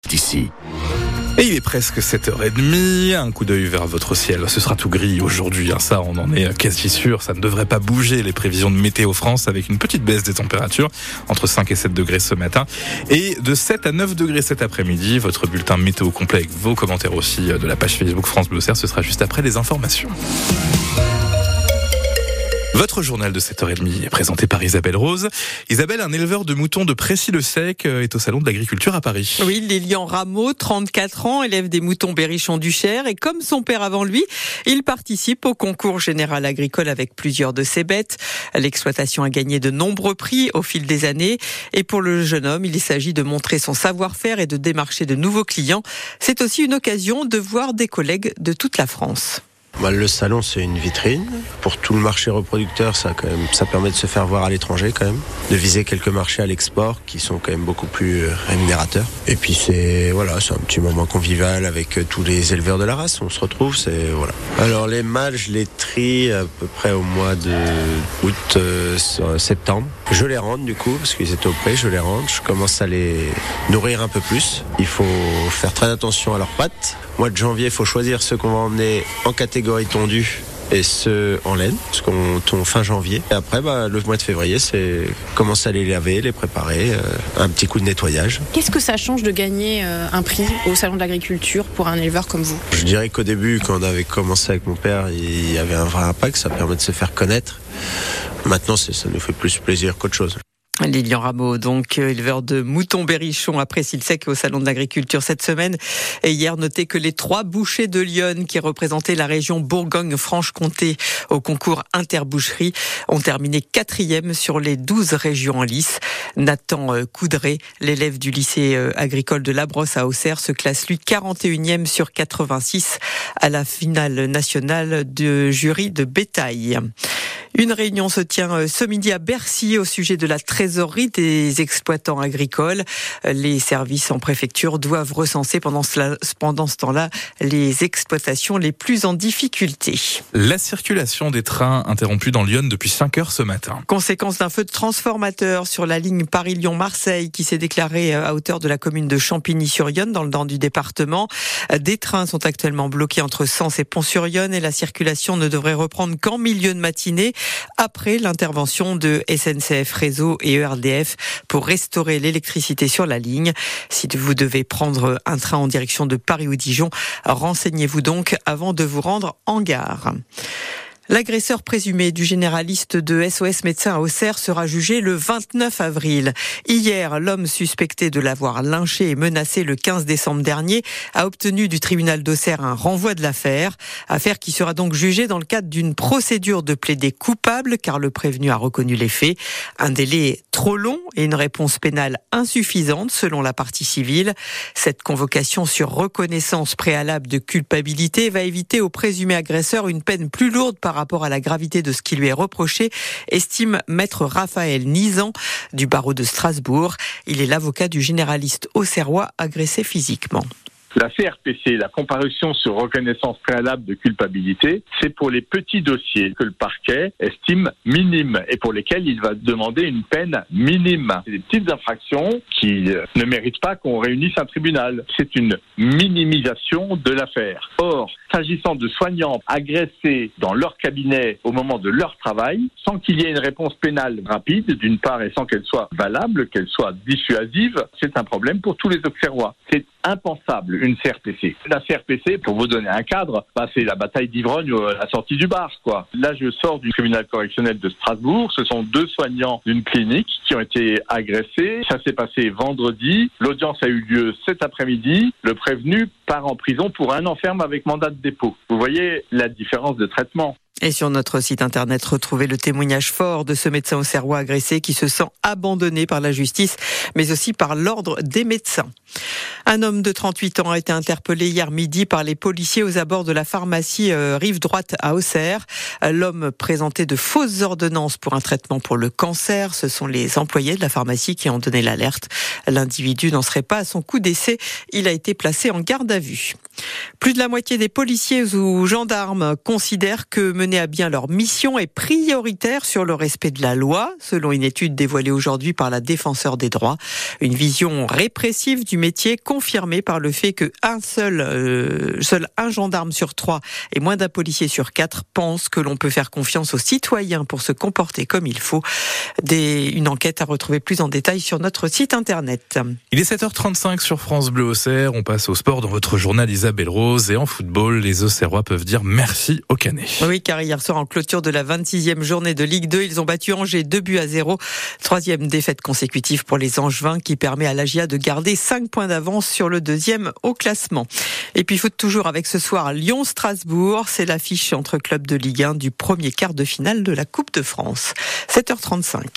D'ici. Et il est presque 7h30, un coup d'œil vers votre ciel. Ce sera tout gris aujourd'hui, ça on en est quasi sûr. Ça ne devrait pas bouger, les prévisions de Météo France, avec une petite baisse des températures, entre 5 et 7 degrés ce matin, et de 7 à 9 degrés cet après-midi. Votre bulletin météo complet avec vos commentaires aussi de la page Facebook France Bleu Auxerre, ce sera juste après les informations. Votre journal de 7h30 est présenté par Isabelle Rose. Isabelle, un éleveur de moutons de Précy-le-Sec est au salon de l'agriculture à Paris. Oui, Lilian Rameau, 34 ans, élève des moutons Berrichon du Cher, et comme son père avant lui, il participe au concours général agricole avec plusieurs de ses bêtes. L'exploitation a gagné de nombreux prix au fil des années, et pour le jeune homme, il s'agit de montrer son savoir-faire et de démarcher de nouveaux clients. C'est aussi une occasion de voir des collègues de toute la France. Le salon, c'est une vitrine. Pour tout le marché reproducteur, ça permet de se faire voir à l'étranger quand même, de viser quelques marchés à l'export qui sont quand même beaucoup plus rémunérateurs. Et puis c'est un petit moment convivial avec tous les éleveurs de la race. On se retrouve, Alors les mâles, je les trie à peu près au mois de août, septembre. Je les rentre du coup, parce qu'ils étaient au pré, je les rentre. Je commence à les nourrir un peu plus. Il faut faire très attention à leurs pattes. Mois de janvier, il faut choisir ceux qu'on va emmener en catégorie tondue et ceux en laine, parce qu'on tond fin janvier. Et après, le mois de février, c'est commencer à les laver, les préparer, un petit coup de nettoyage. Qu'est-ce que ça change de gagner un prix au salon de l'agriculture pour un éleveur comme vous ? Je dirais qu'au début, quand on avait commencé avec mon père, il y avait un vrai impact, ça permet de se faire connaître. Maintenant, ça nous fait plus plaisir qu'autre chose. Lilian Rameau, donc éleveur de moutons Berrichon à Précy-le-Sec au salon de l'agriculture cette semaine. Et hier, notez que les 3 bouchers de Lyon qui représentaient la région Bourgogne-Franche-Comté au concours Interboucherie ont terminé 4e sur les 12 régions en lice. Nathan Coudray, l'élève du lycée agricole de Labrosse à Auxerre, se classe lui 41e sur 86 à la finale nationale de jury de bétail. Une réunion se tient ce midi à Bercy au sujet de la trésorerie des exploitants agricoles. Les services en préfecture doivent recenser pendant ce temps-là les exploitations les plus en difficulté. La circulation des trains interrompue dans Lyon depuis 5 heures ce matin. Conséquence d'un feu de transformateur sur la ligne Paris-Lyon-Marseille qui s'est déclaré à hauteur de la commune de Champigny-sur-Yonne dans le nord du département. Des trains sont actuellement bloqués entre Sens et Pont-sur-Yonne et la circulation ne devrait reprendre qu'en milieu de matinée, après l'intervention de SNCF Réseau et ERDF pour restaurer l'électricité sur la ligne. Si vous devez prendre un train en direction de Paris ou Dijon, renseignez-vous donc avant de vous rendre en gare. L'agresseur présumé du généraliste de SOS Médecins à Auxerre sera jugé le 29 avril. Hier, l'homme suspecté de l'avoir lynché et menacé le 15 décembre dernier a obtenu du tribunal d'Auxerre un renvoi de l'affaire. Affaire qui sera donc jugée dans le cadre d'une procédure de plaidé coupable car le prévenu a reconnu les faits. Un délai trop long et une réponse pénale insuffisante selon la partie civile. Cette convocation sur reconnaissance préalable de culpabilité va éviter au présumé agresseur une peine plus lourde par rapport à la gravité de ce qui lui est reproché, estime maître Raphaël Nizan du barreau de Strasbourg. Il est l'avocat du généraliste auxerrois agressé physiquement. La CRPC, la comparution sur reconnaissance préalable de culpabilité, c'est pour les petits dossiers que le parquet estime minimes et pour lesquels il va demander une peine minime. C'est des petites infractions qui ne méritent pas qu'on réunisse un tribunal. C'est une minimisation de l'affaire. Or, s'agissant de soignants agressés dans leur cabinet au moment de leur travail, sans qu'il y ait une réponse pénale rapide, d'une part, et sans qu'elle soit valable, qu'elle soit dissuasive, c'est un problème pour tous les Auxerrois. C'est impensable, une CRPC. La CRPC, pour vous donner un cadre, c'est la bataille d'ivrogne à la sortie du bar, quoi. Là, je sors du tribunal correctionnel de Strasbourg. Ce sont 2 soignants d'une clinique qui ont été agressés. Ça s'est passé vendredi. L'audience a eu lieu cet après-midi. Le prévenu part en prison pour 1 an ferme avec mandat de dépôt. Vous voyez la différence de traitement. Et sur notre site internet, retrouvez le témoignage fort de ce médecin auxerrois agressé qui se sent abandonné par la justice, mais aussi par l'ordre des médecins. Un homme de 38 ans a été interpellé hier midi par les policiers aux abords de la pharmacie Rive Droite à Auxerre. L'homme présentait de fausses ordonnances pour un traitement pour le cancer. Ce sont les employés de la pharmacie qui ont donné l'alerte. L'individu n'en serait pas à son coup d'essai. Il a été placé en garde à vue. Plus de la moitié des policiers ou gendarmes considèrent que mener à bien leur mission est prioritaire sur le respect de la loi, selon une étude dévoilée aujourd'hui par la Défenseure des droits. Une vision répressive du métier confirmée par le fait que seul un gendarme sur 3 et moins d'un policier sur 4 pense que l'on peut faire confiance aux citoyens pour se comporter comme il faut. Une enquête à retrouver plus en détail sur notre site internet. Il est 7h35 sur France Bleu Auxerre. On passe au sport dans votre journal Isabelle Rose. Et en football, les Auxerrois peuvent dire merci aux Canets. Oui, car hier soir, en clôture de la 26e journée de Ligue 2, ils ont battu Angers 2-0. 3e défaite consécutive pour les Angevins qui permet à l'AGIA de garder 5 points d'avance sur le 2e au classement. Et puis foot toujours avec ce soir Lyon-Strasbourg. C'est l'affiche entre clubs de Ligue 1 du premier quart de finale de la Coupe de France. 7h35.